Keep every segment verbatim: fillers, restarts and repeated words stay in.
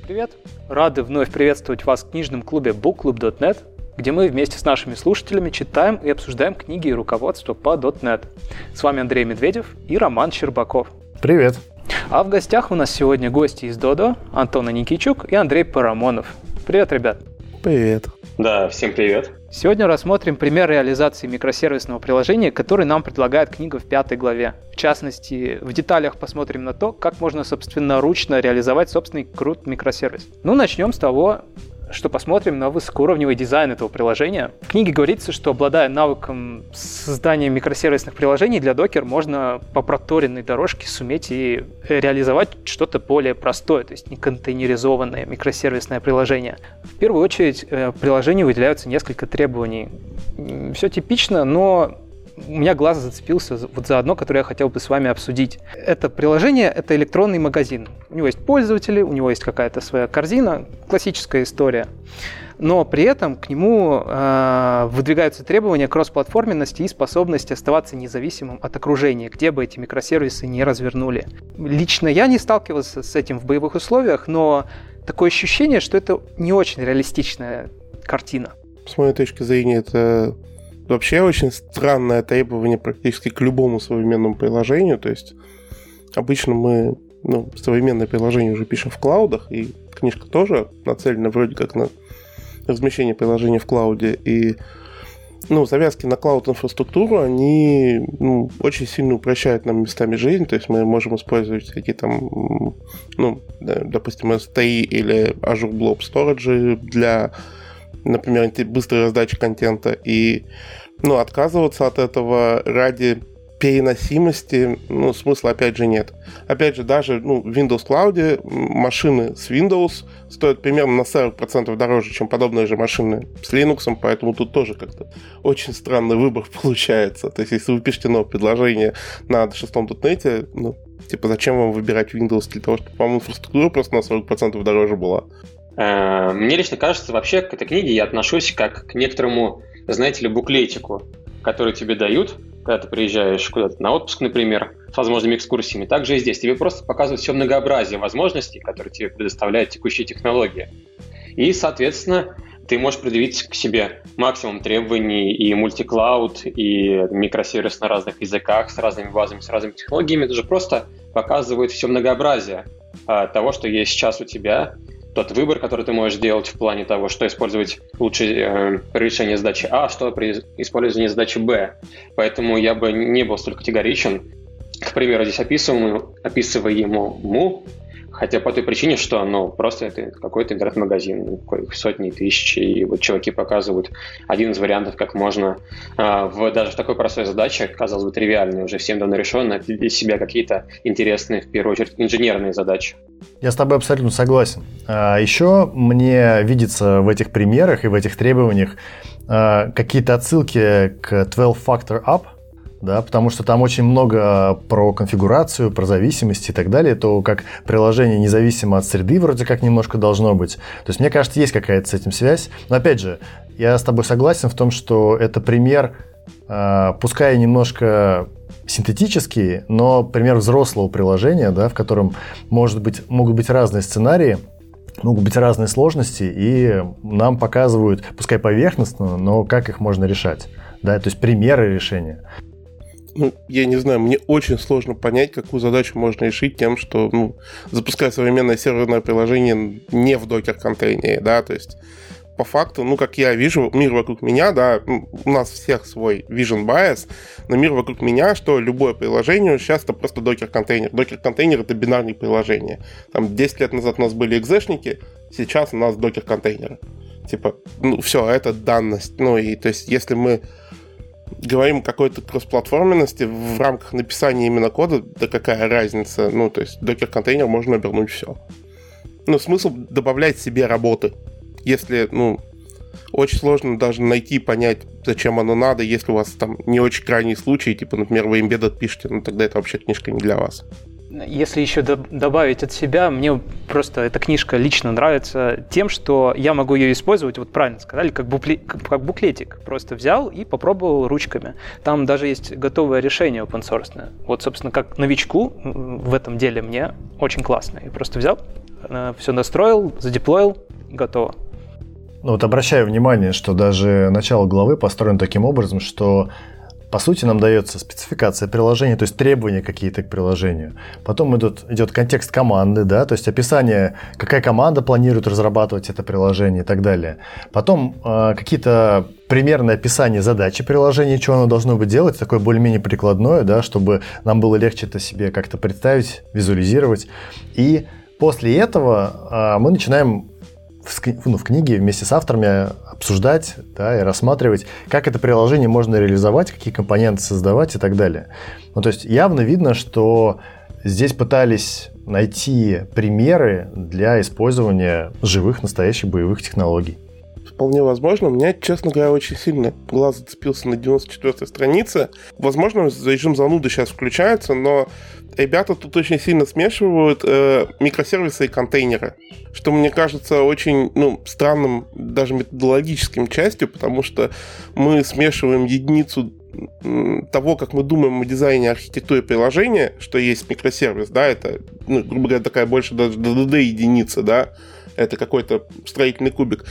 привет! Рады вновь приветствовать вас в книжном клубе бук клуб точка нет, где мы вместе с нашими слушателями читаем и обсуждаем книги и руководство по .дот нет. С вами Андрей Медведев и Роман Щербаков. Привет! А в гостях у нас сегодня гости из Додо, Антон Никичук и Андрей Парамонов. Привет, ребят! Привет! Да, всем привет! Сегодня рассмотрим пример реализации микросервисного приложения, который нам предлагает книга в пятой главе. В частности, в деталях посмотрим на то, как можно собственноручно реализовать собственный крут микросервис. Ну, начнем с того, что посмотрим на высокоуровневый дизайн этого приложения. В книге говорится, что, обладая навыком создания микросервисных приложений для Docker, можно по проторенной дорожке суметь и реализовать что-то более простое, то есть не контейнеризованное микросервисное приложение. В первую очередь, приложению выделяются несколько требований. Все типично, но у меня глаз зацепился вот за одно, которое я хотел бы с вами обсудить. Это приложение — это электронный магазин. У него есть пользователи, у него есть какая-то своя корзина, классическая история. Но при этом к нему э, выдвигаются требования кроссплатформенности и способности оставаться независимым от окружения, где бы эти микросервисы не развернули. Лично я не сталкивался с этим в боевых условиях, но такое ощущение, что это не очень реалистичная картина. С моей точки зрения, это вообще очень странное требование практически к любому современному приложению. То есть обычно мы ну, современное приложение уже пишем в клаудах, и книжка тоже нацелена вроде как на размещение приложения в клауде. И ну, завязки на клауд-инфраструктуру, они ну, очень сильно упрощают нам местами жизнь. То есть мы можем использовать всякие там, ну, допустим, эс три или Azure Blob Storage для, например, быстрой раздачи контента, и ну, отказываться от этого ради переносимости, ну, смысла опять же нет. Опять же, даже ну, в Windows Cloud машины с Windows стоят примерно на сорок процентов дороже, чем подобные же машины с Linux, поэтому тут тоже как-то очень странный выбор получается. То есть, если вы пишете новое предложение на шестом .дот нет, ну, типа, зачем вам выбирать Windows для того, чтобы вам инфраструктура просто на сорок процентов дороже была? Мне лично кажется, вообще к этой книге я отношусь как к некоторому, знаете ли, буклетику, который тебе дают, когда ты приезжаешь куда-то на отпуск, например, с возможными экскурсиями. Также и здесь. Тебе просто показывают все многообразие возможностей, которые тебе предоставляют текущие технологии. И, соответственно, ты можешь предъявить к себе максимум требований и мультиклауд, и микросервис на разных языках, с разными базами, с разными технологиями. Это же просто показывает все многообразие а, того, что есть сейчас у тебя, тот выбор, который ты можешь сделать в плане того, что использовать лучше э, при решении задачи А, что при использовании задачи Б. Поэтому я бы не был столь категоричен к примеру здесь описываемому, описываемому, хотя по той причине, что ну, просто это какой-то интернет-магазин, сотни, тысячи, и вот чуваки показывают один из вариантов, как можно э, в, даже в такой простой задаче, казалось бы, тривиальной, уже всем давно решенной, для себя какие-то интересные, в первую очередь, инженерные задачи. Я с тобой абсолютно согласен. А еще мне видится в этих примерах и в этих требованиях а, какие-то отсылки к двенадцать фактор ап, да, потому что там очень много про конфигурацию, про зависимости и так далее, то как приложение независимо от среды вроде как немножко должно быть. То есть мне кажется, есть какая-то с этим связь. Но опять же, я с тобой согласен в том, что это пример, а, пускай немножко синтетический, но пример взрослого приложения, да, в котором может быть, могут быть разные сценарии, могут быть разные сложности, и нам показывают, пускай поверхностно, но как их можно решать. Да, то есть примеры решения. Ну, я не знаю, мне очень сложно понять, какую задачу можно решить тем, что ну, запуская современное серверное приложение не в докер-контейнере, да, то есть по факту, ну, как я вижу мир вокруг меня, да, у нас всех свой vision bias, но мир вокруг меня, что любое приложение сейчас это просто докер-контейнер. Докер-контейнер — это бинарные приложения. Там десять лет назад у нас были экзешники, сейчас у нас докер-контейнеры. Типа, ну, все, это данность. Ну, и то есть, если мы говорим о какой-то кроссплатформенности в рамках написания именно кода, да какая разница? Ну, то есть, докер-контейнер можно обернуть все. Ну, смысл добавлять себе работы. Если, ну, очень сложно даже найти, понять, зачем оно надо, если у вас там не очень крайний случай, типа, например, вы embedded пишете, ну, тогда это вообще книжка не для вас. Если еще добавить от себя, мне просто эта книжка лично нравится тем, что я могу ее использовать, вот правильно сказали, как, букле, как буклетик. Просто взял и попробовал ручками. Там даже есть готовое решение open source. Вот, собственно, как новичку в этом деле мне очень классно. Я просто взял, все настроил, задеплоил, готово. Ну вот обращаю внимание, что даже начало главы построено таким образом, что по сути, нам дается спецификация приложения, то есть требования какие-то к приложению. Потом идет, идет контекст команды, да, то есть описание, какая команда планирует разрабатывать это приложение и так далее. Потом э, какие-то примерные описания задачи приложения, что оно должно быть делать, такое более-менее прикладное, да, чтобы нам было легче это себе как-то представить, визуализировать. И после этого э, мы начинаем В, ну, в книге вместе с авторами обсуждать, да, и рассматривать, как это приложение можно реализовать, какие компоненты создавать и так далее. Ну, то есть явно видно, что здесь пытались найти примеры для использования живых, настоящих боевых технологий. Вполне возможно. У меня, честно говоря, очень сильно глаз зацепился на девяносто четвёртой странице. Возможно, режим зануды сейчас включается, но ребята тут очень сильно смешивают э, микросервисы и контейнеры, что мне кажется очень ну, странным даже методологическим частью, потому что мы смешиваем единицу того, как мы думаем о дизайне архитектуры приложения, что есть микросервис, да, это, ну, грубо говоря, такая больше даже ди ди ди-единица, да, это какой-то строительный кубик,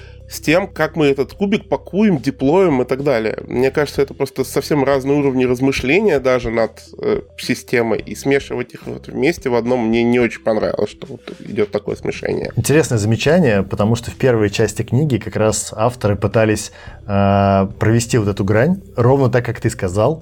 с тем, как мы этот кубик пакуем, деплоим и так далее. Мне кажется, это просто совсем разные уровни размышления даже над э, системой, и смешивать их вот вместе в одном мне не очень понравилось, что вот идет такое смешение. Интересное замечание, потому что в первой части книги как раз авторы пытались э, провести вот эту грань, ровно так, как ты сказал,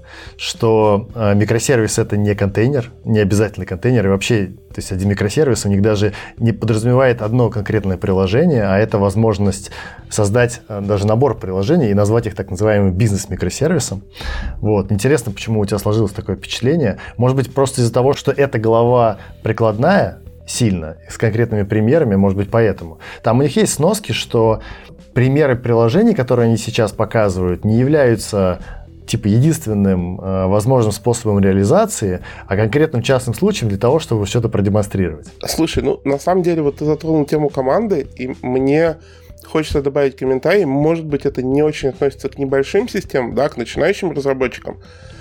что э, микросервис — это не контейнер, не обязательно контейнер, и вообще, то есть один микросервис у них даже не подразумевает одно конкретное приложение, а это возможность создать даже набор приложений и назвать их так называемым бизнес-микросервисом. Вот. Интересно, почему у тебя сложилось такое впечатление. Может быть, просто из-за того, что эта глава прикладная сильно, с конкретными примерами, может быть, поэтому. Там у них есть сноски, что примеры приложений, которые они сейчас показывают, не являются типа единственным э, возможным способом реализации, а конкретным частным случаем для того, чтобы что-то продемонстрировать. Слушай, ну, на самом деле, вот ты затронул тему команды, и мне хочется добавить комментарий. Может быть, это не очень относится к небольшим системам, да, к начинающим разработчикам,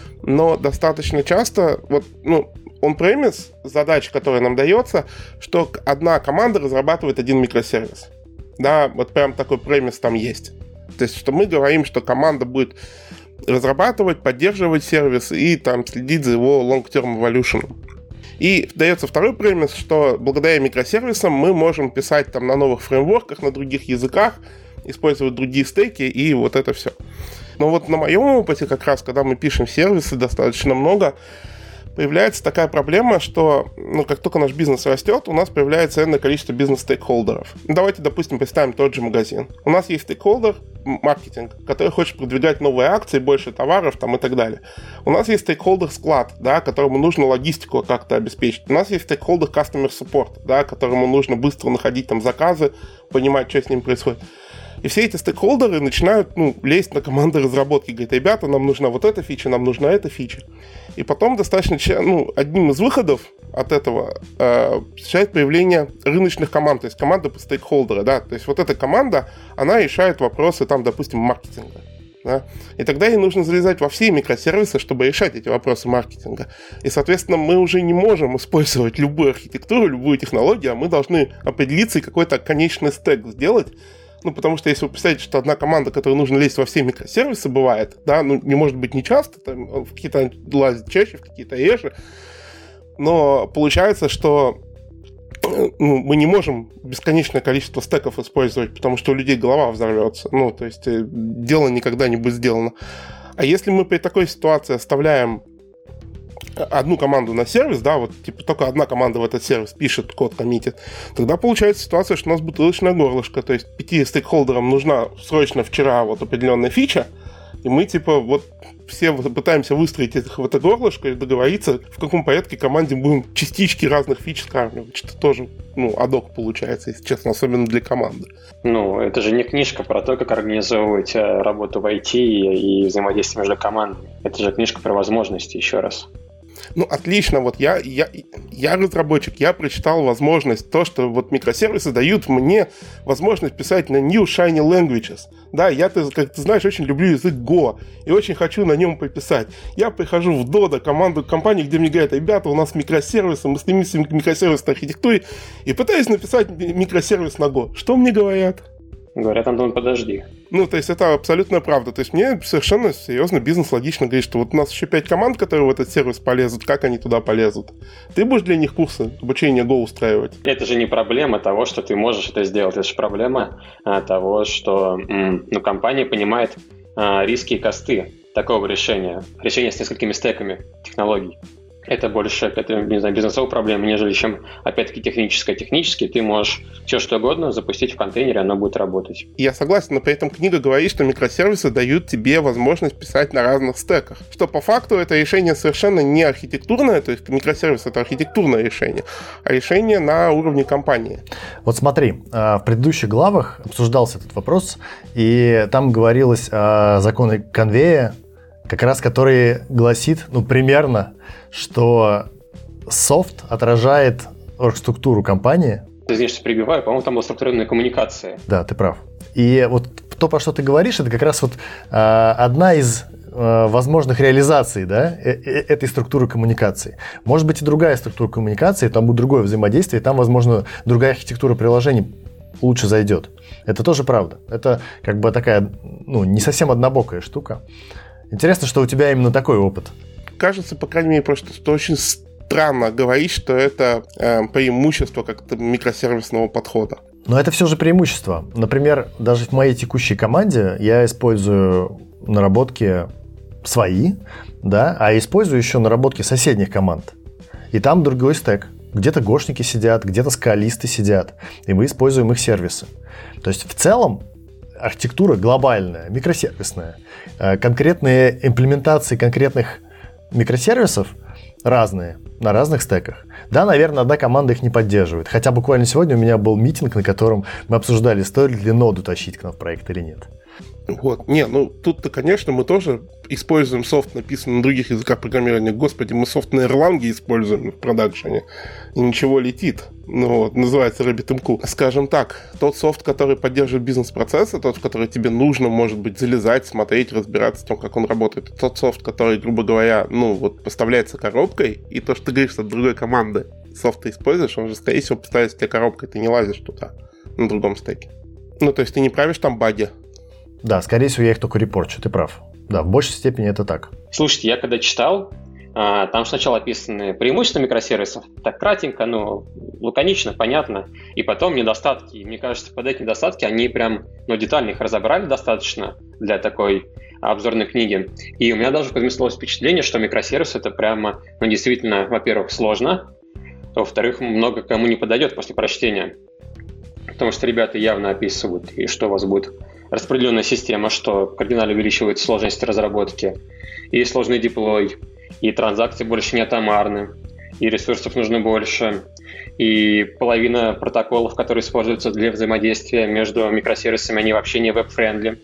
но достаточно часто, вот, ну, on-premise, задача, которая нам дается, что одна команда разрабатывает один микросервис. Да, вот прям такой премис там есть. То есть, что мы говорим, что команда будет разрабатывать, поддерживать сервис и там следить за его long-term evolution. И дается второй премис, что благодаря микросервисам мы можем писать там на новых фреймворках, на других языках, использовать другие стеки и вот это все. Но вот на моем опыте как раз, когда мы пишем сервисы достаточно много, появляется такая проблема, что ну, как только наш бизнес растет, у нас появляется энное количество бизнес-стейкхолдеров. Давайте, допустим, представим тот же магазин. У нас есть стейкхолдер, маркетинг, который хочет продвигать новые акции, больше товаров там, и так далее. У нас есть стейкхолдер склад, да, которому нужно логистику как-то обеспечить. У нас есть стейкхолдер customer support, да, которому нужно быстро находить там заказы, понимать, что с ним происходит. И все эти стейкхолдеры начинают ну, лезть на команды разработки. Говорят, ребята, нам нужна вот эта фича, нам нужна эта фича. И потом достаточно, ну, одним из выходов от этого э, встречает появление рыночных команд, то есть команды по стейкхолдеру, да. То есть вот эта команда, она решает вопросы, там, допустим, маркетинга. Да? И тогда ей нужно залезать во все микросервисы, чтобы решать эти вопросы маркетинга. И, соответственно, мы уже не можем использовать любую архитектуру, любую технологию, а мы должны определиться и какой-то конечный стек сделать. Ну, потому что если вы представите, что одна команда, которой нужно лезть во все микросервисы, бывает, да, ну, не может быть не часто, там, в какие-то лазят чаще, в какие-то реже, но получается, что ну, мы не можем бесконечное количество стеков использовать, потому что у людей голова взорвется, ну, то есть дело никогда не будет сделано. А если мы при такой ситуации оставляем одну команду на сервис, да, вот типа только одна команда в этот сервис пишет, код коммитит, тогда получается ситуация, что у нас бутылочное горлышко, то есть пяти стейкхолдерам нужна срочно вчера вот определенная фича, и мы типа вот все пытаемся выстроить их в это горлышко и договориться, в каком порядке команде будем частички разных фич скармливать, что тоже, ну, адок получается, если честно, особенно для команды. Ну, это же не книжка про то, как организовывать работу в ай ти и взаимодействие между командами. Это же книжка про возможности, еще раз. Ну, отлично, вот я, я, я разработчик, я прочитал возможность, то, что вот микросервисы дают мне возможность писать на new shiny languages. Да, я, ты, как ты знаешь, очень люблю язык Go и очень хочу на нем пописать. Я прихожу в Dodo, команду компании, где мне говорят, ребята, у нас микросервисы, мы стремимся к микросервисной архитектуре, и пытаюсь написать микросервис на Go. Что мне говорят? Говорят, Антон, подожди. Ну, то есть это абсолютно правда. То есть мне совершенно серьезно бизнес логично говорит, что вот у нас еще пять команд, которые в этот сервис полезут, как они туда полезут. Ты будешь для них курсы обучения Go устраивать? Это же не проблема того, что ты можешь это сделать. Это же проблема а, того, что м, ну, компания понимает а, риски и косты такого решения. Решение с несколькими стеками технологий. Это больше, опять, не знаю, бизнесовая проблема, нежели чем, опять-таки, техническая. Технически ты можешь все что угодно запустить в контейнере, оно будет работать. Я согласен, но при этом книга говорит, что микросервисы дают тебе возможность писать на разных стеках. Что по факту это решение совершенно не архитектурное, то есть микросервис — это архитектурное решение, а решение на уровне компании. Вот смотри, в предыдущих главах обсуждался этот вопрос, и там говорилось о законе Конвея, как раз который гласит, ну, примерно, что софт отражает оргструктуру компании. Извини, что перебиваю, по-моему, там была структурированная коммуникация. Да, ты прав. И вот то, про что ты говоришь, это как раз вот э, одна из э, возможных реализаций, да, э- э- этой структуры коммуникации. Может быть и другая структура коммуникации, там будет другое взаимодействие, там, возможно, другая архитектура приложений лучше зайдет. Это тоже правда. Это как бы такая, ну, не совсем однобокая штука. Интересно, что у тебя именно такой опыт. Кажется, по крайней мере, просто что очень странно говорить, что это э, преимущество как-то микросервисного подхода. Но это все же преимущество. Например, даже в моей текущей команде я использую наработки свои, да, а использую еще наработки соседних команд. И там другой стек. Где-то гошники сидят, где-то скалисты сидят, и мы используем их сервисы. То есть в целом архитектура глобальная, микросервисная. Конкретные имплементации конкретных микросервисов разные, на разных стеках. Да, наверное, одна команда их не поддерживает. Хотя буквально сегодня у меня был митинг, на котором мы обсуждали, стоит ли ноду тащить к нам в проект или нет. Вот. Не, ну тут-то, конечно, мы тоже используем софт, написанный на других языках программирования. Господи, мы софт на Erlang используем в продакшене, и ничего летит. Ну, вот, называется RabbitMQ. Скажем так, тот софт, который поддерживает бизнес-процессы, тот, в который тебе нужно, может быть, залезать, смотреть, разбираться в том, как он работает. Тот софт, который, грубо говоря, ну, вот, поставляется коробкой, и то, что ты говоришь от другой команды, софт ты используешь, он же, скорее всего, поставится тебе коробкой, ты не лазишь туда, на другом стеке. Ну, то есть ты не правишь там баги. Да, скорее всего, я их только репорчу, ты прав. Да, в большей степени это так. Слушайте, я когда читал, там сначала описаны преимущества микросервисов, так кратенько, ну, лаконично, понятно, и потом недостатки. И мне кажется, под эти недостатки они прям, ну, детально их разобрали достаточно для такой обзорной книги. И у меня даже подместилось впечатление, что микросервис это прямо, ну, действительно, во-первых, сложно, во-вторых, много кому не подойдет после прочтения. Потому что ребята явно описывают, и что у вас будет распределенная система, что кардинально увеличивает сложность разработки, и сложный деплой, и транзакции больше не атомарны, и ресурсов нужно больше, и половина протоколов, которые используются для взаимодействия между микросервисами, они вообще не веб-френдли,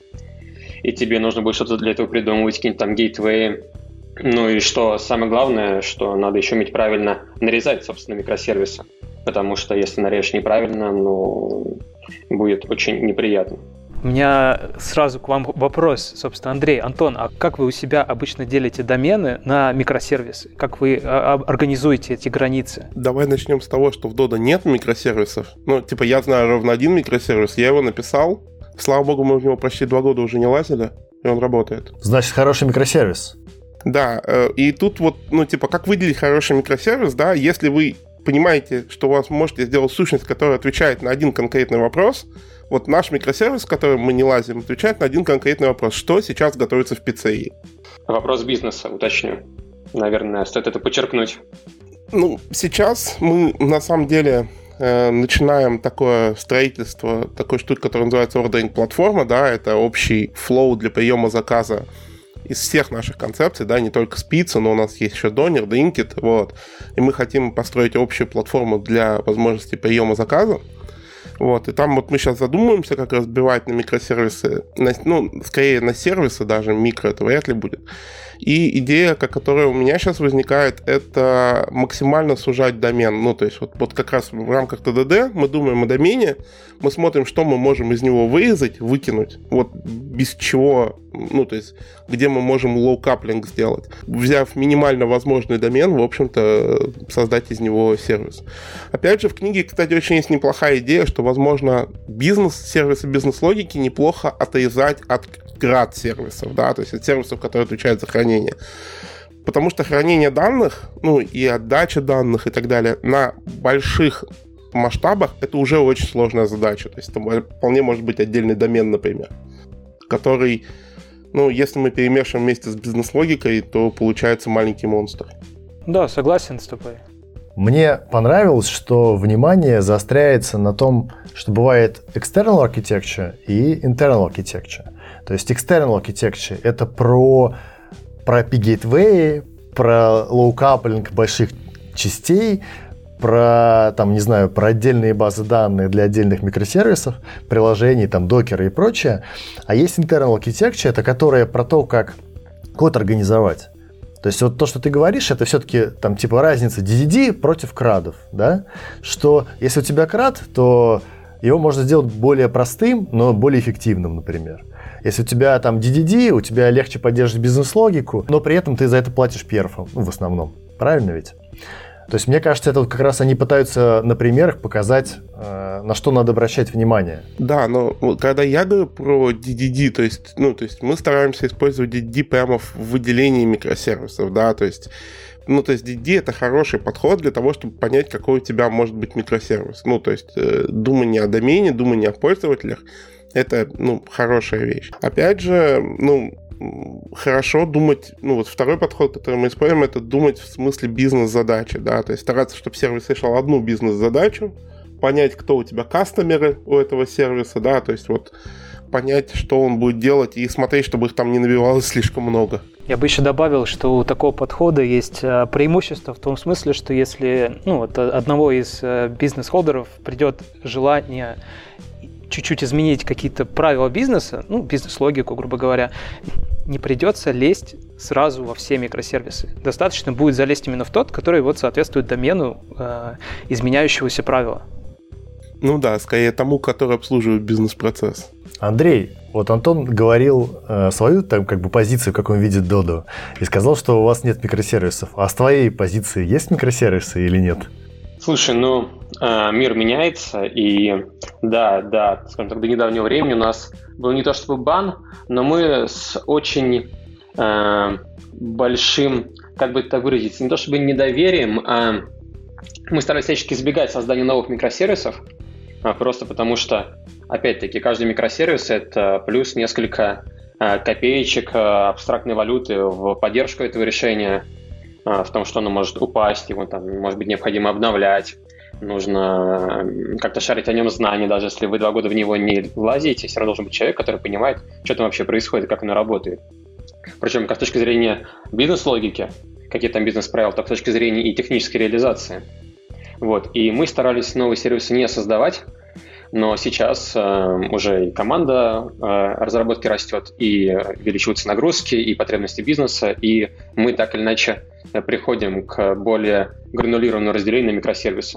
и тебе нужно будет что-то для этого придумывать, какие-нибудь там гейтвеи. Ну и что самое главное, что надо еще уметь правильно нарезать, собственно, микросервисы, потому что если нарежешь неправильно, ну, будет очень неприятно. У меня сразу к вам вопрос, собственно, Андрей, Антон, а как вы у себя обычно делите домены на микросервисы? Как вы организуете эти границы? Давай начнем с того, что в Dodo нет микросервисов. Ну, типа, я знаю ровно один микросервис, я его написал. Слава богу, мы в него почти два года уже не лазили, и он работает. Значит, хороший микросервис. Да, и тут вот, ну, типа, как выделить хороший микросервис, да, если вы понимаете, что у вас можете сделать сущность, которая отвечает на один конкретный вопрос. Вот наш микросервис, в который мы не лазим, отвечает на один конкретный вопрос. Что сейчас готовится в пиццерии? Вопрос бизнеса, уточню. Наверное, стоит это подчеркнуть. Ну, сейчас мы, на самом деле, э, начинаем такое строительство, такой штуки, которая называется ордеринг-платформа, да, это общий флоу для приема заказа из всех наших концепций, да, не только с пиццы, но у нас есть еще Donor, Drinkit, вот. И мы хотим построить общую платформу для возможности приема заказа. Вот, и там вот мы сейчас задумываемся, как разбивать на микросервисы, на, ну, скорее на сервисы, даже микро это вряд ли будет. И идея, которая у меня сейчас возникает, это максимально сужать домен. Ну, то есть вот, вот как раз в рамках ти ди ди мы думаем о домене, мы смотрим, что мы можем из него вырезать, выкинуть, вот без чего, ну, то есть где мы можем low-coupling сделать. Взяв минимально возможный домен, в общем-то, создать из него сервис. Опять же, в книге, кстати, очень есть неплохая идея, что, возможно, бизнес, сервисы бизнес-логики неплохо отрезать от град-сервисов, да, то есть от сервисов, которые отвечают за хранение. Потому что хранение данных, ну, и отдача данных и так далее на больших масштабах это уже очень сложная задача. То есть это вполне может быть отдельный домен, например, который, ну, если мы перемешиваем вместе с бизнес-логикой, то получается маленький монстр. Да, согласен с тобой. Мне понравилось, что внимание заостряется на том, что бывает external architecture и internal architecture. То есть external architecture — это про, про эй пи ай Gateway, про low-coupling больших частей, про, там, не знаю, про отдельные базы данных для отдельных микросервисов, приложений, там, докера и прочее. А есть internal architecture, это которая про то, как код организовать. То есть вот то, что ты говоришь, это все-таки там типа разница ди ди ди против крадов, да? Что если у тебя крад, то его можно сделать более простым, но более эффективным, например. Если у тебя там ди ди ди, у тебя легче поддерживать бизнес-логику, но при этом ты за это платишь перфом, ну, в основном. Правильно ведь? То есть, мне кажется, это вот как раз они пытаются на примерах показать, э, на что надо обращать внимание. Да, но когда я говорю про ди ди ди, то есть, ну, то есть мы стараемся использовать ди ди ди прямо в выделении микросервисов, да, то есть, ну, то есть ди ди ди это хороший подход для того, чтобы понять, какой у тебя может быть микросервис. Ну, то есть, э, думание о домене, думание о пользователях, это, ну, хорошая вещь. Опять же, ну, хорошо думать, ну вот второй подход, который мы используем, это думать в смысле бизнес-задачи, да, то есть стараться, чтобы сервис решал одну бизнес-задачу, понять, кто у тебя кастомеры у этого сервиса, да, то есть вот понять, что он будет делать и смотреть, чтобы их там не набивалось слишком много. Я бы еще добавил, что у такого подхода есть преимущество в том смысле, что если, ну, вот одного из бизнес-холдеров придет желание чуть-чуть изменить какие-то правила бизнеса, ну, бизнес-логику, грубо говоря, не придется лезть сразу во все микросервисы. Достаточно будет залезть именно в тот, который вот соответствует домену э, изменяющегося правила. Ну да, скорее тому, который обслуживает бизнес-процесс. Андрей, вот Антон говорил э, свою там, как бы, позицию, как он видит Dodo, и сказал, что у вас нет микросервисов. А с твоей позиции есть микросервисы или нет? Слушай, ну, мир меняется, и да, да, скажем так, до недавнего времени у нас был не то чтобы бан, но мы с очень э, большим, как бы это выразиться, не то чтобы недоверием, а мы старались всячески избегать создания новых микросервисов, просто потому что, опять-таки, каждый микросервис — это плюс несколько э, копеечек э, абстрактной валюты в поддержку этого решения, в том, что оно может упасть, его там, может быть, необходимо обновлять, нужно как-то шарить о нем знания, даже если вы два года в него не лазите, все равно должен быть человек, который понимает, что там вообще происходит, как оно работает. Причем как с точки зрения бизнес-логики, какие там бизнес-правила, так с точки зрения и технической реализации. Вот. И мы старались новые сервисы не создавать, но сейчас э, уже и команда э, разработки растет, и увеличиваются нагрузки, и потребности бизнеса, и мы так или иначе приходим к более гранулированному разделению на микросервисы.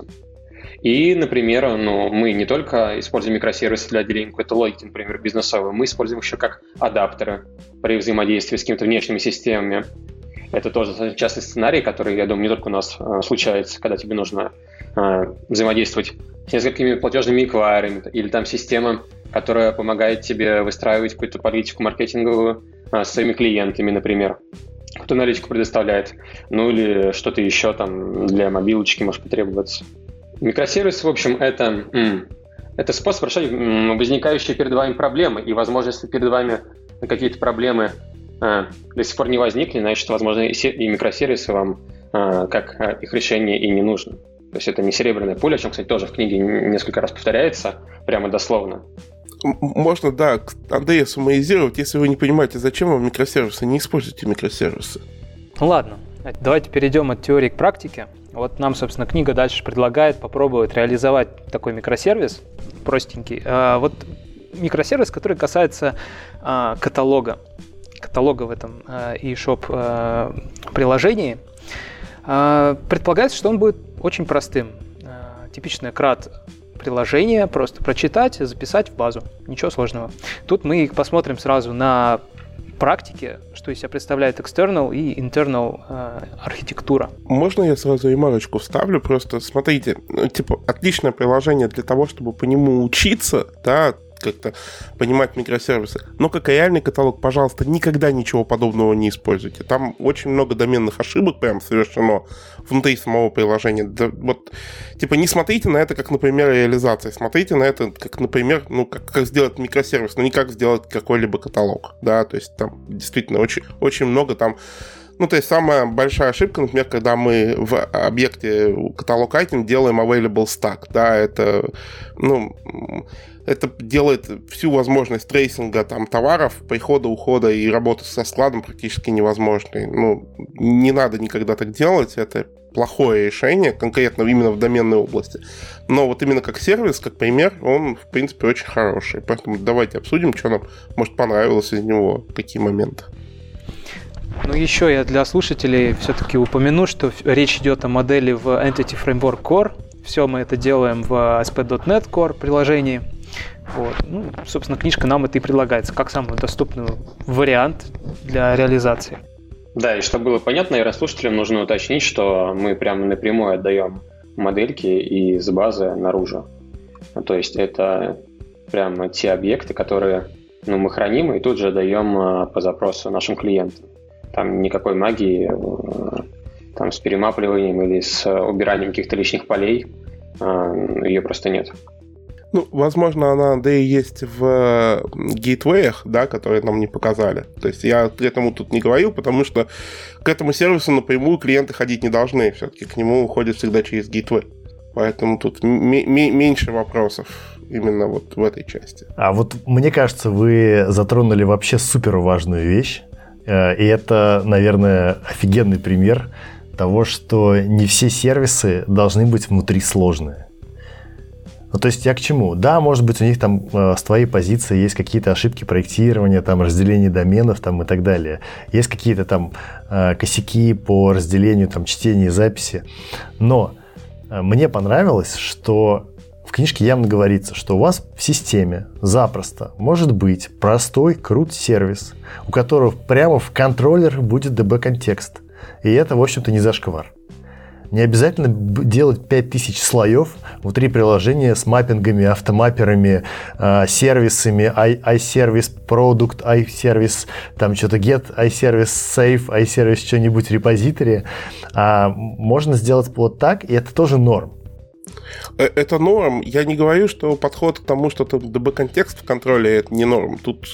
И, например, ну, мы не только используем микросервисы для отделения какой-то логики, например, бизнесовой, мы используем еще как адаптеры при взаимодействии с какими-то внешними системами. Это тоже частый сценарий, который, я думаю, не только у нас э, случается, когда тебе нужно э, взаимодействовать с несколькими платежными эквайрами, или там система, которая помогает тебе выстраивать какую-то политику маркетинговую э, с своими клиентами, например, кто аналитику предоставляет, ну или что-то еще там для мобилочки может потребоваться. Микросервис, в общем, это, м, это способ решать м, возникающие перед вами проблемы, и, возможно, если перед вами какие-то проблемы э, до сих пор не возникли, значит, возможно, и, се- и микросервисы вам э, как э, их решение и не нужно. То есть это не серебряная пуля, о чем, кстати, тоже в книге несколько раз повторяется, прямо дословно. Можно, да, Андрея суммаризировать. Если вы не понимаете, зачем вам микросервисы, не используйте микросервисы. Ну ладно, давайте перейдем от теории к практике. Вот нам, собственно, книга дальше предлагает попробовать реализовать такой микросервис простенький. Вот микросервис, который касается каталога. Каталога в этом eShop приложении. Предполагается, что он будет очень простым. Типичное крат приложение, просто прочитать, записать в базу. Ничего сложного. Тут мы посмотрим сразу на практике, что из себя представляет external и internal э, архитектура. Можно я сразу ремарочку вставлю? Просто смотрите, ну, типа, отличное приложение для того, чтобы по нему учиться, да, как-то понимать микросервисы. Но как реальный каталог, пожалуйста, никогда ничего подобного не используйте. Там очень много доменных ошибок прям совершено внутри самого приложения. Да, вот, типа, не смотрите на это как, например, реализация. Смотрите на это как, например, ну, как, как сделать микросервис, но не как сделать какой-либо каталог. Да, то есть там действительно очень, очень много там. Ну, то есть самая большая ошибка, например, когда мы в объекте каталог item делаем available stack, да, это, ну, это делает всю возможность трейсинга там товаров, прихода, ухода и работы со складом практически невозможной. Ну, не надо никогда так делать, это плохое решение, конкретно именно в доменной области. Но вот именно как сервис, как пример, он, в принципе, очень хороший. Поэтому давайте обсудим, что нам, может, понравилось из него, какие моменты. Ну, еще я для слушателей все-таки упомяну, что речь идет о модели в Entity Framework Core. Все мы это делаем в эй эс пи точка нет Core приложении. Вот. Ну, собственно, книжка нам это и предлагается, как самый доступный вариант для реализации. Да, и чтобы было понятно, наверное, слушателям нужно уточнить, что мы прямо напрямую отдаем модельки из базы наружу. То есть это прямо те объекты, которые, ну, мы храним и тут же отдаем по запросу нашим клиентам. Там никакой магии там, с перемапливанием или с убиранием каких-то лишних полей, ее просто нет. Ну, возможно, она, да и есть в гейтвеях, да, которые нам не показали. То есть я к этому тут не говорил, потому что к этому сервису напрямую клиенты ходить не должны. Все-таки к нему уходят всегда через гейтвей. Поэтому тут м- м- меньше вопросов именно вот в этой части. А вот мне кажется, вы затронули вообще супер важную вещь. И это, наверное, офигенный пример того, что не все сервисы должны быть внутри сложные. Ну, то есть я к чему? Да, может быть, у них там э, с твоей позиции есть какие-то ошибки проектирования, там, разделение доменов там, и так далее. Есть какие-то там э, косяки по разделению, там, чтения и записи. Но э, мне понравилось, что в книжке явно говорится, что у вас в системе запросто может быть простой крут-сервис, у которого прямо в контроллер будет ди би-контекст. И это, в общем-то, не зашквар. Не обязательно делать пять тысяч слоев внутри приложения с маппингами, автомапперами, э, сервисами, iService Product, iService, там что-то Get, iService Save, iService что-нибудь репозитории. А можно сделать вот так, и это тоже норм. Это норм. Я не говорю, что подход к тому, что ди би-контекст в контроле, это не норм. Тут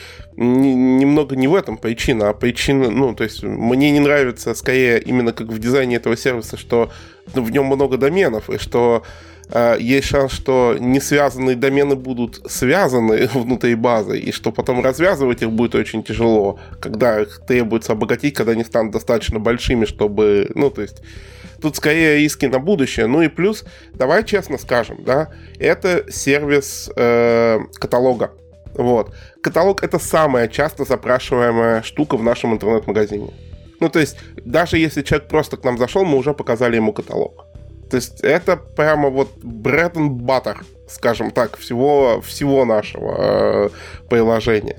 немного не в этом причина, а причина, ну, то есть мне не нравится скорее именно как в дизайне этого сервиса, что в нем много доменов, и что э, есть шанс, что не связанные домены будут связаны внутри базы, и что потом развязывать их будет очень тяжело, когда их требуется обогатить, когда они станут достаточно большими, чтобы, ну, то есть тут скорее риски на будущее. Ну и плюс, давай честно скажем, да, это сервис э, каталога. Вот. Каталог — это самая часто запрашиваемая штука в нашем интернет-магазине. Ну, то есть, даже если человек просто к нам зашел, мы уже показали ему каталог. То есть, это прямо вот bread and butter, скажем так, всего, всего нашего э, приложения.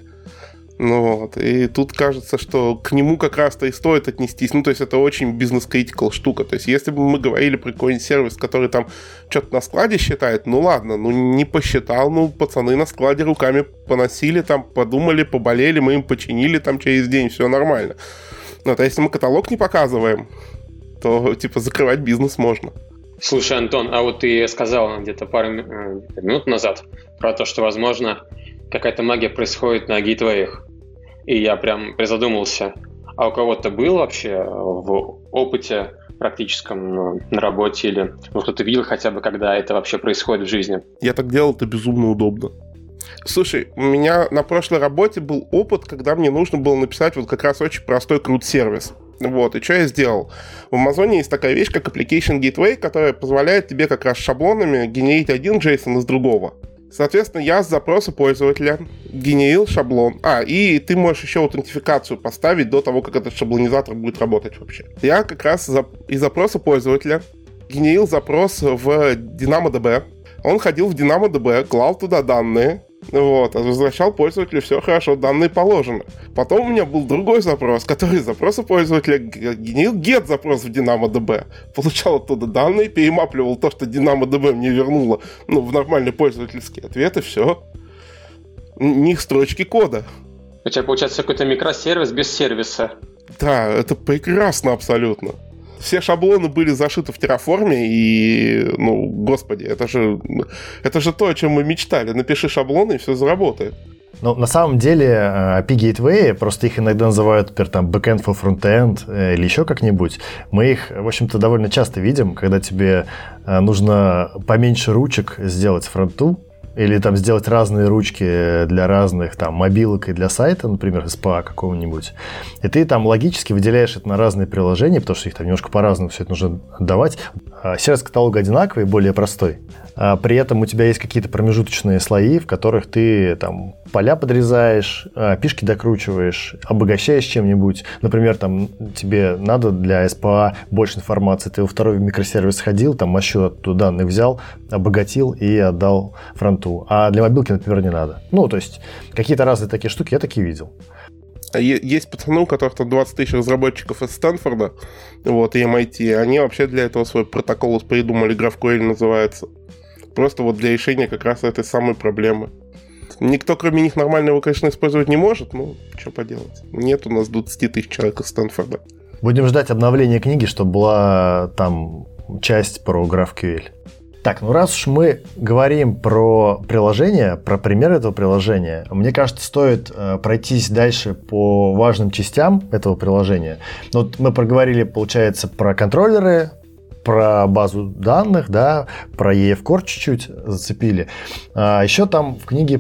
Ну вот, и тут кажется, что к нему как раз-то и стоит отнестись. Ну, то есть, это очень бизнес-критикал штука. То есть, если бы мы говорили про какой-нибудь сервис, который там что-то на складе считает, ну ладно, ну не посчитал, ну пацаны на складе руками поносили, там подумали, поболели, мы им починили там через день, все нормально. Но то если мы каталог не показываем, то типа закрывать бизнес можно. Слушай, Антон, а вот ты сказал где-то пару минут назад про то, что, возможно, какая-то магия происходит на гейтвеях. И я прям призадумался, а у кого-то был вообще в опыте практическом, ну, на работе, или ну, кто-то видел хотя бы, когда это вообще происходит в жизни? Я так делал, это безумно удобно. Слушай, у меня на прошлой работе был опыт, когда мне нужно было написать вот как раз очень простой крут-сервис. Вот, и что я сделал? В Амазоне есть такая вещь, как Application Gateway, которая позволяет тебе как раз шаблонами генерить один JSON из другого. Соответственно, я с запроса пользователя генерил шаблон. А, и ты можешь еще аутентификацию поставить до того, как этот шаблонизатор будет работать вообще. Я как раз из запроса пользователя генерил запрос в DynamoDB. Он ходил в DynamoDB, клал туда данные, вот, а возвращал пользователю все хорошо, данные положены. Потом у меня был другой запрос, который из запроса пользователя генерил get-запрос в DynamoDB. Получал оттуда данные, перемапливал то, что DynamoDB мне вернуло, ну, в нормальный пользовательский ответ, и все. Ни строчки кода. У тебя получается какой-то микросервис без сервиса. Да, это прекрасно абсолютно. Все шаблоны были зашиты в Terraform, и, ну, господи, это же, это же то, о чем мы мечтали. Напиши шаблоны, и все заработает. Ну, на самом деле, эй пи ай Gateway, просто их иногда называют, например, там, backend for frontend или еще как-нибудь. Мы их, в общем-то, довольно часто видим, когда тебе нужно поменьше ручек сделать фронту, или там сделать разные ручки для разных там мобилок и для сайта, например, эс пи эй какого-нибудь. И ты там логически выделяешь это на разные приложения, потому что их там немножко по-разному все это нужно отдавать. Сервис каталога одинаковый, более простой. А при этом у тебя есть какие-то промежуточные слои, в которых ты там поля подрезаешь, пишки докручиваешь, обогащаешь чем-нибудь. Например, там тебе надо для эс пи эй больше информации. Ты во второй микросервис сходил, там мощу оттуда данные взял, обогатил и отдал фронту. А для мобилки, например, не надо. Ну, то есть какие-то разные такие штуки я такие видел. Есть пацаны, у которых там двадцать тысяч разработчиков из Стэнфорда, вот, и эм ай ти. Они вообще для этого свой протокол придумали, GraphQL называется. Просто вот для решения как раз этой самой проблемы. Никто, кроме них, нормально его, конечно, использовать не может, ну, что поделать. Нет у нас двадцать тысяч человек из Стэнфорда. Будем ждать обновления книги, чтобы была там часть про GraphQL. Так, ну раз уж мы говорим про приложение, про пример этого приложения, мне кажется, стоит э, пройтись дальше по важным частям этого приложения. Вот мы проговорили, получается, про контроллеры, про базу данных, да, про и эф Core чуть-чуть зацепили. А еще там в книге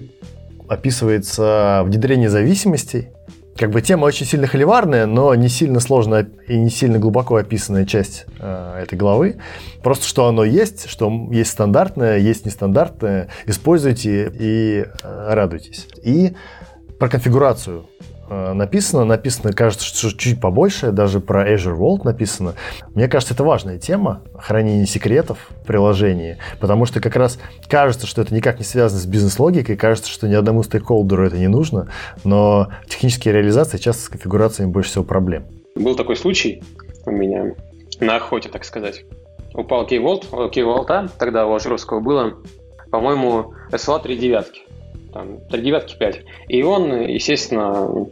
описывается внедрение зависимостей. Как бы тема очень сильно холиварная, но не сильно сложная и не сильно глубоко описанная часть э, этой главы. Просто что оно есть, что есть стандартное, есть нестандартное. Используйте и э, радуйтесь. И про конфигурацию э, написано. Написано, кажется, что чуть побольше. Даже про Azure Vault написано. Мне кажется, это важная тема. Хранение секретов в приложении. Потому что как раз кажется, что это никак не связано с бизнес-логикой. Кажется, что ни одному стейкхолдеру это не нужно. Но технические реализации часто с конфигурациями больше всего проблем. Был такой случай у меня на охоте, так сказать. Упал Key-Vault, у Key-Vault тогда у Ажуровского было, по-моему, эс эл эй три девятки. Там, три девятки пять. И он, естественно,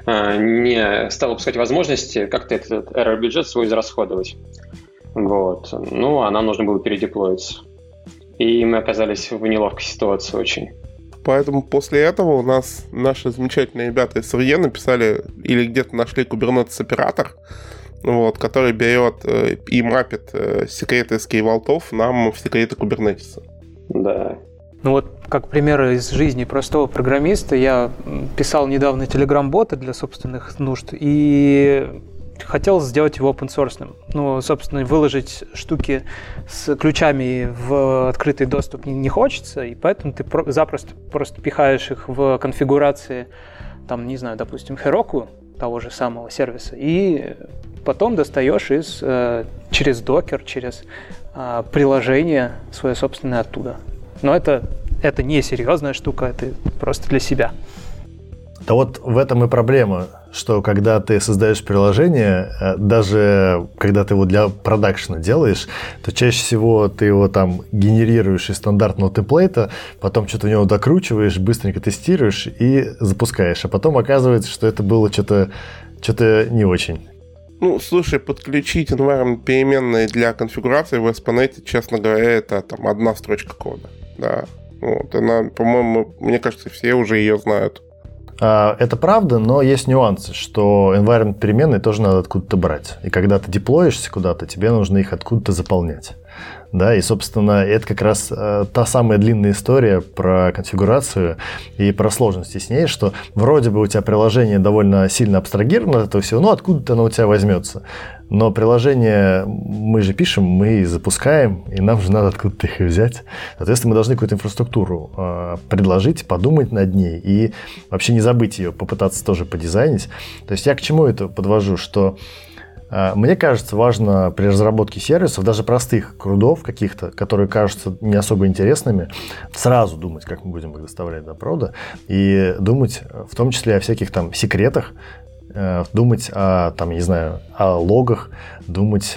не стал упускать возможности как-то этот error-бюджет свой израсходовать. Вот. Ну, а нам нужно было передеплоиться. И мы оказались в неловкой ситуации очень. Поэтому после этого у нас наши замечательные ребята из эр и написали или где-то нашли Kubernetes-оператор, вот, который берет э, и мапит э, секреты эс кей Vault нам в секреты Kubernetes. Да. Ну вот, как пример из жизни простого программиста, я писал недавно Telegram-бота для собственных нужд и хотел сделать его open-source. Ну, собственно, выложить штуки с ключами в открытый доступ не, не хочется, и поэтому ты про- запросто просто пихаешь их в конфигурации, там, не знаю, допустим, Heroku, того же самого сервиса, и потом достаешь из, э, через докер, через э, приложение свое собственное оттуда. Но это, это не серьезная штука, это просто для себя. Да вот в этом и проблема, что когда ты создаешь приложение, даже когда ты его для продакшена делаешь, то чаще всего ты его там генерируешь из стандартного темплейта, потом что-то в него докручиваешь, быстренько тестируешь и запускаешь. А потом оказывается, что это было что-то, что-то не очень. Ну, слушай, подключить environment переменные для конфигурации в эс пи нет, честно говоря, это там одна строчка кода. Да. Вот, она, по-моему, мне кажется, все уже ее знают. Это правда, но есть нюансы, что environment переменные тоже надо откуда-то брать. И когда ты деплоишься куда-то, тебе нужно их откуда-то заполнять. Да, и, собственно, это как раз э, та самая длинная история про конфигурацию и про сложности с ней, что вроде бы у тебя приложение довольно сильно абстрагировано от этого всего, ну, откуда-то оно у тебя возьмется. Но приложение мы же пишем, мы запускаем, и нам же надо откуда-то их взять. Соответственно, мы должны какую-то инфраструктуру э, предложить, подумать над ней и вообще не забыть ее, попытаться тоже подизайнить. То есть я к чему это подвожу, что э, мне кажется, важно при разработке сервисов, даже простых крудов каких-то, которые кажутся не особо интересными, сразу думать, как мы будем их доставлять до прода, и думать в том числе о всяких там секретах, думать о, там, не знаю, о логах, думать,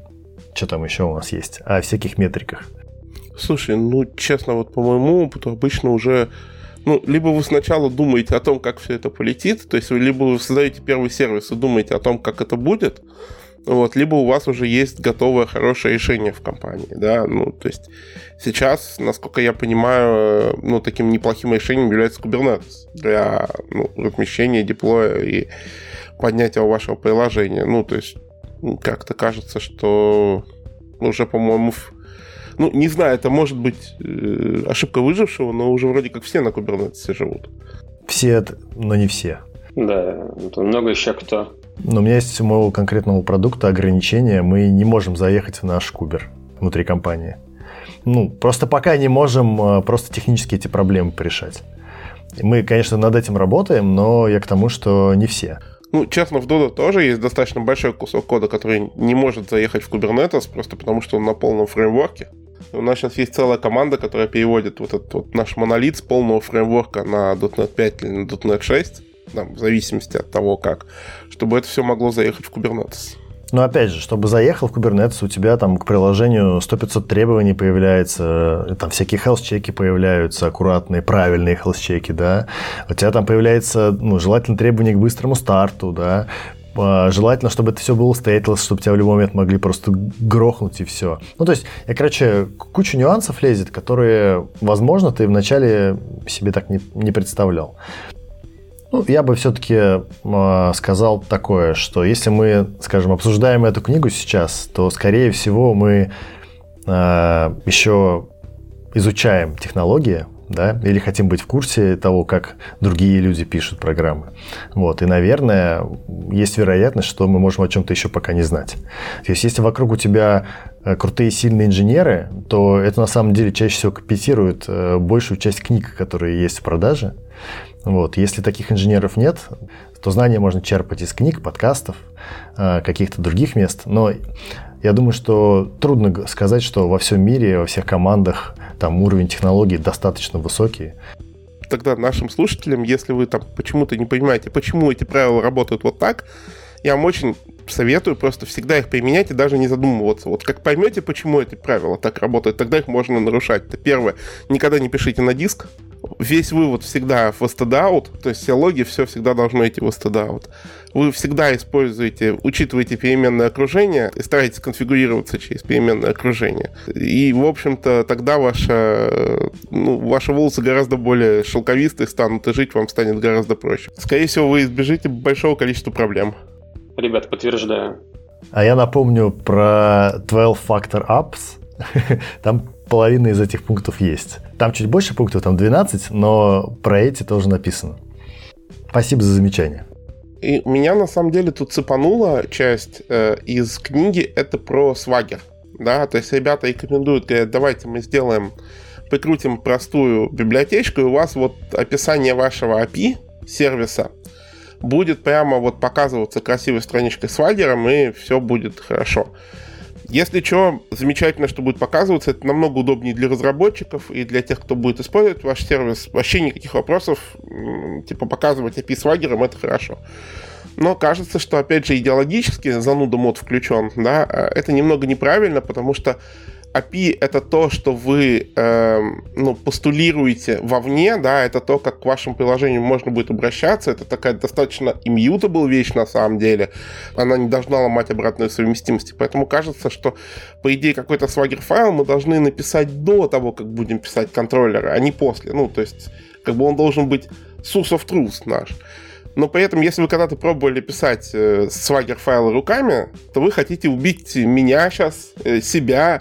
что там еще у нас есть, о всяких метриках. Слушай, ну, честно, вот по моему опыту обычно уже, ну, либо вы сначала думаете о том, как все это полетит, то есть вы либо вы создаете первый сервис и думаете о том, как это будет, вот, либо у вас уже есть готовое хорошее решение в компании, да, ну, то есть сейчас, насколько я понимаю, ну, таким неплохим решением является Kubernetes для, ну, размещения, деплоя и поднятия вашего приложения, ну, то есть как-то кажется, что уже, по-моему, ну, не знаю, это может быть э, ошибка выжившего, но уже вроде как все на Kubernetes живут. Все, но не все. Да, много еще кто. Но у меня есть у моего конкретного продукта ограничения. Мы не можем заехать в наш кубер внутри компании. Ну, просто пока не можем просто технически эти проблемы порешать. Мы, конечно, над этим работаем, но я к тому, что не все. Ну, честно, в Dodo тоже есть достаточно большой кусок кода, который не может заехать в Kubernetes, просто потому что он на полном фреймворке. У нас сейчас есть целая команда, которая переводит вот этот вот наш монолит с полного фреймворка на дот нет пять или на дот нет шесть, там, в зависимости от того, как, чтобы это все могло заехать в Kubernetes. Но опять же, чтобы заехал в Kubernetes, у тебя там к приложению сто-пятьсот требований появляется, там всякие health-чеки появляются, аккуратные, правильные health-чеки, да. У тебя там появляется, ну, желательно требование к быстрому старту, да. Желательно, чтобы это все было stateless, чтобы тебя в любой момент могли просто грохнуть и все. Ну, то есть, я, короче, кучу нюансов лезет, которые, возможно, ты вначале себе так не, не представлял. Ну, я бы все-таки э, сказал такое, что если мы, скажем, обсуждаем эту книгу сейчас, то, скорее всего, мы э, еще изучаем технологии, да, или хотим быть в курсе того, как другие люди пишут программы. Вот, и, наверное, есть вероятность, что мы можем о чем-то еще пока не знать. То есть, если вокруг у тебя крутые, сильные инженеры, то это на самом деле чаще всего компенсирует большую часть книг, которые есть в продаже. Вот. Если таких инженеров нет, то знания можно черпать из книг, подкастов, каких-то других мест. Но я думаю, что трудно сказать, что во всем мире, во всех командах там уровень технологий достаточно высокий. Тогда нашим слушателям, если вы там почему-то не понимаете, почему эти правила работают вот так, я вам очень советую просто всегда их применять и даже не задумываться. Вот как поймете, почему эти правила так работают, тогда их можно нарушать. Это первое. Никогда не пишите на диск. Весь вывод всегда в stdout, то есть все логи, все всегда должно идти в stdout. Вы всегда используете, учитываете переменное окружение и стараетесь конфигурироваться через переменное окружение. И, в общем-то, тогда ваша, ну, ваши волосы гораздо более шелковистые станут, и жить вам станет гораздо проще. Скорее всего, вы избежите большого количества проблем. Ребят, подтверждаю. А я напомню про twelve factor apps. Там половина из этих пунктов есть. Там чуть больше пунктов, там двенадцать, но про эти тоже написано. Спасибо за замечание. И меня на самом деле тут цепанула часть э, из книги, это про Swagger. Да? То есть ребята рекомендуют, говорят, давайте мы сделаем, прикрутим простую библиотечку, и у вас вот описание вашего эй пи ай сервиса будет прямо вот показываться красивой страничкой с Swagger, и все будет хорошо. Если что, замечательно, что будет показываться. Это намного удобнее для разработчиков и для тех, кто будет использовать ваш сервис. Вообще никаких вопросов. Типа показывать эй пи ай Swagger, это хорошо. Но кажется, что, опять же, идеологически зануда мод включен. Да, это немного неправильно, потому что эй пи ай — это то, что вы э, ну, постулируете вовне, да, это то, как к вашему приложению можно будет обращаться. Это такая достаточно immutable вещь на самом деле. Она не должна ломать обратную совместимость. Поэтому кажется, что, по идее, какой-то Swagger файл мы должны написать до того, как будем писать контроллеры, а не после. Ну, то есть, как бы он должен быть source of truth наш. Но при этом, если вы когда-то пробовали писать э, Swagger файлы руками, то вы хотите убить меня сейчас, э, себя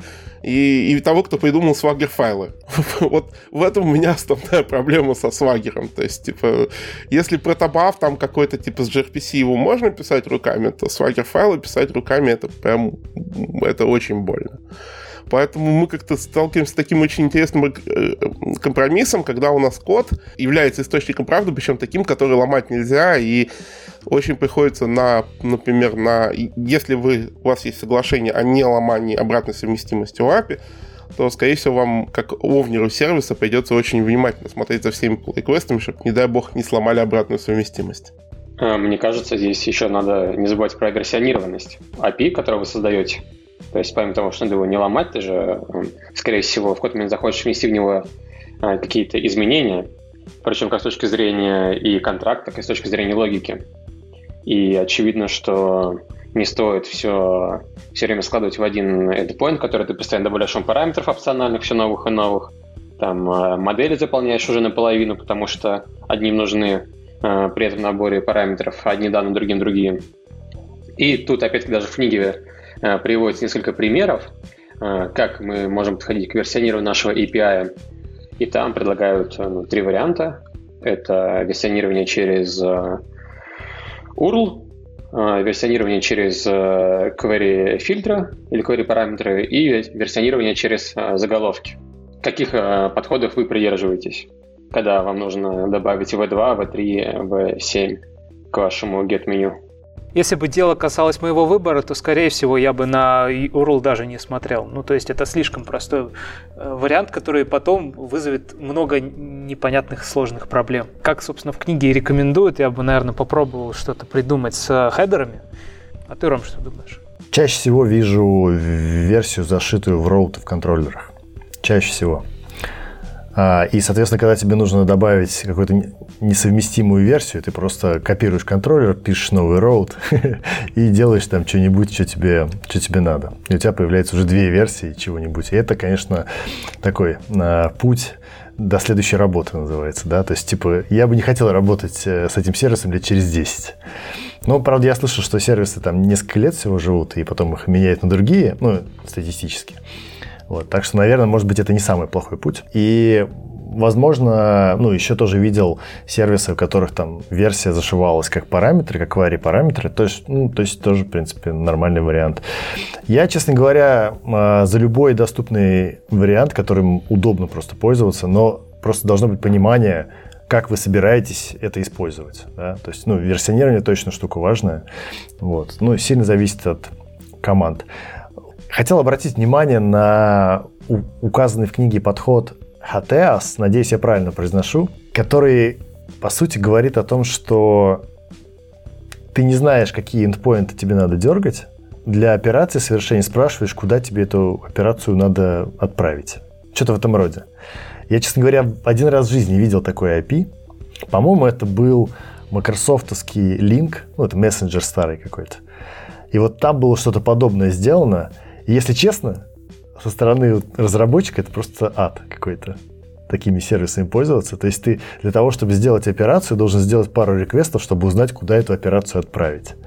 и, и того, кто придумал Swagger-файлы. Вот в этом у меня основная проблема со Swagger. То есть, типа, если протобаф там какой-то, типа, с джей ар пи си его можно писать руками, то Swagger-файлы писать руками это прям, это очень больно. Поэтому мы как-то сталкиваемся с таким очень интересным компромиссом, когда у нас код является источником правды, причем таким, который ломать нельзя, и очень приходится на, например, на, если вы, у вас есть соглашение о неломании обратной совместимости о эй пи ай, то, скорее всего, вам, как овнеру сервиса, придется очень внимательно смотреть за всеми pull-реквестами, чтобы, не дай бог, не сломали обратную совместимость. Мне кажется, здесь еще надо не забывать про версионированность эй пи ай, которую вы создаете. То есть, помимо того, что надо его не ломать, ты же, скорее всего, в какой-то момент захочешь внести в него какие-то изменения, причем как с точки зрения и контракта, так и с точки зрения логики. И очевидно, что не стоит все, все время складывать в один endpoint, который ты постоянно добавляешь параметров опциональных, все новых и новых. Там модели заполняешь уже наполовину, потому что одним нужны при этом наборе параметров, одни данные, другим другие. И тут, опять-таки, даже в книге приводится несколько примеров, как мы можем подходить к версионированию нашего эй пи ай. И там предлагают ну, три варианта. Это версионирование через ю ар эл, версионирование через query фильтра или query параметры и версионирование через заголовки. Каких подходов вы придерживаетесь, когда вам нужно добавить ви два, ви три, ви семь к вашему get-меню? Если бы дело касалось моего выбора, то, скорее всего, я бы на ю ар эл даже не смотрел. Ну, то есть это слишком простой вариант, который потом вызовет много непонятных сложных проблем. Как, собственно, в книге и рекомендуют, я бы, наверное, попробовал что-то придумать с хедерами. А ты, Ром, что думаешь? Чаще всего вижу версию, зашитую в роуты в контроллерах. Чаще всего. И, соответственно, когда тебе нужно добавить какую-то несовместимую версию, ты просто копируешь контроллер, пишешь новый роут и делаешь там что-нибудь, что тебе, что тебе надо. И у тебя появляется уже две версии чего-нибудь. И это, конечно, такой а, путь до следующей работы называется. Да? То есть, типа, я бы не хотел работать с этим сервисом лет через десять. Но, правда, я слышал, что сервисы там несколько лет всего живут, и потом их меняют на другие, ну, статистически. Вот, так что, наверное, может быть, это не самый плохой путь. И, возможно, ну, еще тоже видел сервисы, у которых там версия зашивалась как параметры, как query параметры. То есть, ну, то есть тоже, в принципе, нормальный вариант. Я, честно говоря, за любой доступный вариант, которым удобно просто пользоваться, но просто должно быть понимание, как вы собираетесь это использовать. Да? То есть, ну, версионирование точно штука важная. Вот. Ну, сильно зависит от команд. Хотел обратить внимание на указанный в книге подход Hateas, надеюсь, я правильно произношу, который, по сути, говорит о том, что ты не знаешь, какие эндпоинты тебе надо дергать. Для операции совершения спрашиваешь, куда тебе эту операцию надо отправить. Что-то в этом роде. Я, честно говоря, один раз в жизни видел такой эй пи ай. По-моему, это был майкрософтовский линк, ну, это мессенджер старый какой-то. И вот там было что-то подобное сделано. И, если честно, со стороны разработчика это просто ад какой-то, такими сервисами пользоваться. То есть ты для того, чтобы сделать операцию, должен сделать пару реквестов, чтобы узнать, куда эту операцию отправить.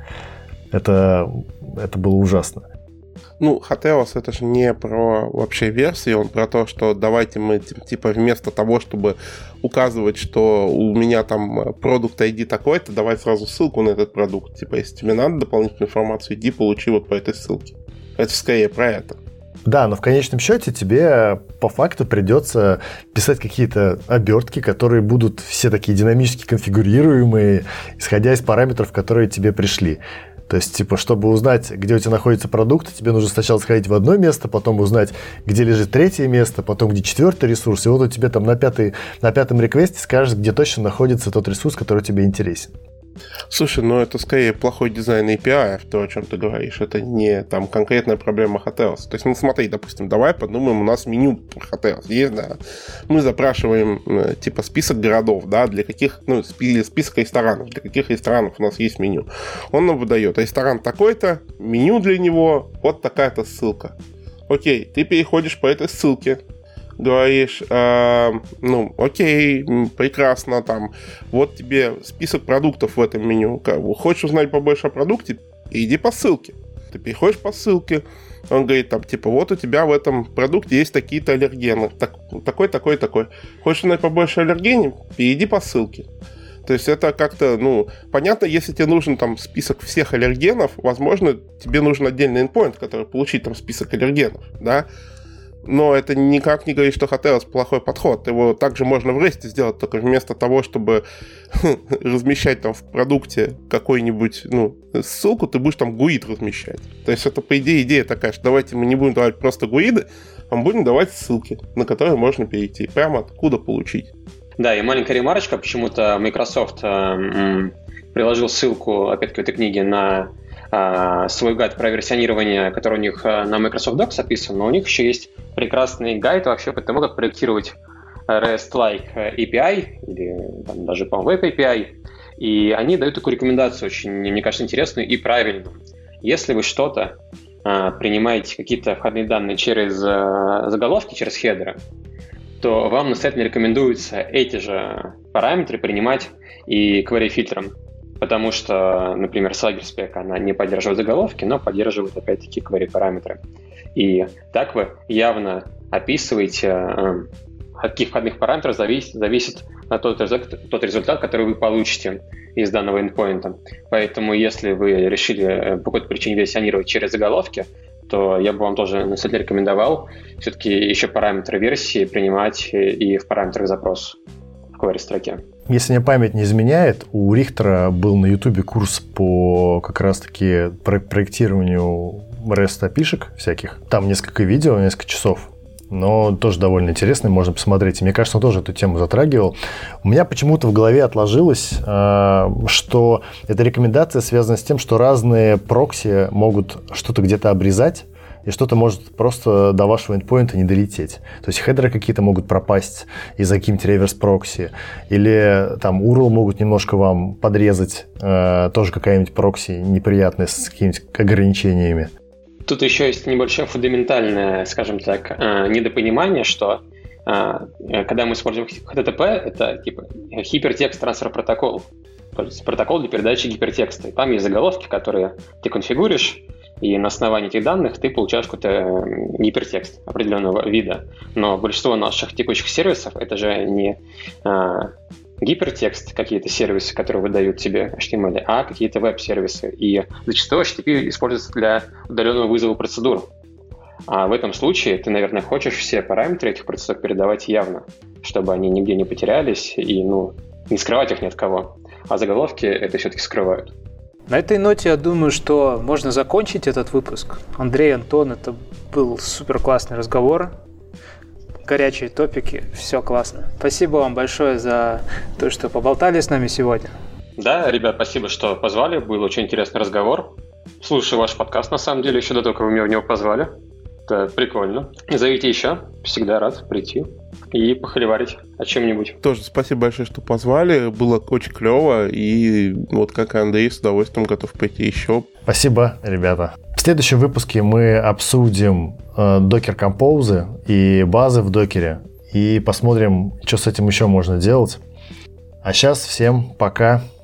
Это, это было ужасно. Ну, Hateas это же не про вообще версии, он про то, что давайте мы, типа, вместо того, чтобы указывать, что у меня там продукт ай ди такой-то, давай сразу ссылку на этот продукт. Типа, если тебе надо дополнительную информацию, иди получи вот по этой ссылке. Это скорее про это. Да, но в конечном счете тебе по факту придется писать какие-то обертки, которые будут все такие динамически конфигурируемые, исходя из параметров, которые тебе пришли. То есть, типа, чтобы узнать, где у тебя находится продукт, тебе нужно сначала сходить в одно место, потом узнать, где лежит третье место, потом где четвертый ресурс, и вот у тебя там на, пятый, на пятом реквесте скажешь, где точно находится тот ресурс, который тебе интересен. Слушай, ну это скорее плохой дизайн эй пи ай, то, о чем ты говоришь. Это не там конкретная проблема Hateas. То есть, ну смотри, допустим, давай подумаем, у нас меню Hateas есть, да. Мы запрашиваем типа список городов, да, для каких, ну, список ресторанов, для каких ресторанов у нас есть меню. Он нам выдает ресторан такой-то, меню для него, вот такая-то ссылка. Окей, ты переходишь по этой ссылке, говоришь, э, ну, окей, прекрасно, там, вот тебе список продуктов в этом меню. Хочешь узнать побольше о продукте? Иди по ссылке. Ты переходишь по ссылке, Он говорит, там, типа, вот у тебя в этом продукте есть такие-то аллергены. Так, такой, такой, такой. Хочешь узнать побольше аллергенов? Перейди по ссылке. То есть это как-то, ну, понятно, если тебе нужен там список всех аллергенов, возможно, тебе нужен отдельный endpoint, который получит там список аллергенов, да. Но это никак не говорит, что Hotels плохой подход. Его также можно в REST сделать, только вместо того, чтобы размещать там в продукте какой-нибудь, ну, ссылку, ты будешь там гуид размещать. То есть это, по идее, идея такая, что давайте мы не будем давать просто гуиды, а мы будем давать ссылки, на которые можно перейти. Прямо откуда получить. Да, и маленькая ремарочка. Почему-то Microsoft э, приложил ссылку, опять-таки, в этой книге на свой гайд про версионирование, который у них на Microsoft Docs описан, но у них еще есть прекрасный гайд вообще по тому, как проектировать REST-like эй пи ай, или там, даже, по-моему, Web эй пи ай, и они дают такую рекомендацию, очень, мне кажется, интересную и правильную. Если вы что-то а, принимаете, какие-то входные данные через а, заголовки, через хедеры, то вам настоятельно рекомендуется эти же параметры принимать и query-фильтром. Потому что, например, Swagger Spec, она не поддерживает заголовки, но поддерживает, опять-таки, query-параметры. И так вы явно описываете, от каких входных параметров зависит, зависит на тот результат, тот результат, который вы получите из данного endpoint. Поэтому, если вы решили по какой-то причине версионировать через заголовки, то я бы вам тоже настоятельно рекомендовал все-таки еще параметры версии принимать и в параметрах запроса в query-строке. Если мне память не изменяет, у Рихтера был на Ютубе курс по как раз-таки про- проектированию REST-апишек всяких. Там несколько видео, несколько часов, но тоже довольно интересный, можно посмотреть. И мне кажется, он тоже эту тему затрагивал. У меня почему-то в голове отложилось, что эта рекомендация связана с тем, что разные прокси могут что-то где-то обрезать, и что-то может просто до вашего эндпоинта не долететь. То есть хедеры какие-то могут пропасть из-за каких-нибудь реверс-прокси, или там ю ар эл могут немножко вам подрезать, э, тоже какая-нибудь прокси неприятная с какими-нибудь ограничениями. Тут еще есть небольшое фундаментальное, скажем так, недопонимание, что когда мы используем эйч ти ти пи, это типа Hypertext Transfer Protocol, то есть протокол для передачи гипертекста. И там есть заголовки, которые ты конфигуришь, и на основании этих данных ты получаешь какой-то гипертекст определенного вида. Но большинство наших текущих сервисов — это же не а, гипертекст, какие-то сервисы, которые выдают тебе эйч ти эм эл, а какие-то веб-сервисы. И зачастую эйч ти ти пи используется для удаленного вызова процедур. А в этом случае ты, наверное, хочешь все параметры этих процедур передавать явно, чтобы они нигде не потерялись и, ну, не скрывать их ни от кого. А заголовки это все-таки скрывают. На этой ноте я думаю, что можно закончить этот выпуск. Андрей, Антон, это был супер классный разговор. Горячие топики, все классно. Спасибо вам большое за то, что поболтали с нами сегодня. Да, ребят, спасибо, что позвали. Был очень интересный разговор. Слушаю ваш подкаст, на самом деле, еще до того, как вы меня в него позвали. Это прикольно. Зовите еще. Всегда рад прийти и похоливарить о чем-нибудь. Тоже спасибо большое, что позвали. Было очень клево. И вот как Андрей, с удовольствием готов прийти еще. Спасибо, ребята. В следующем выпуске мы обсудим э, Docker Compose и базы в докере. И посмотрим, что с этим еще можно делать. А сейчас всем пока.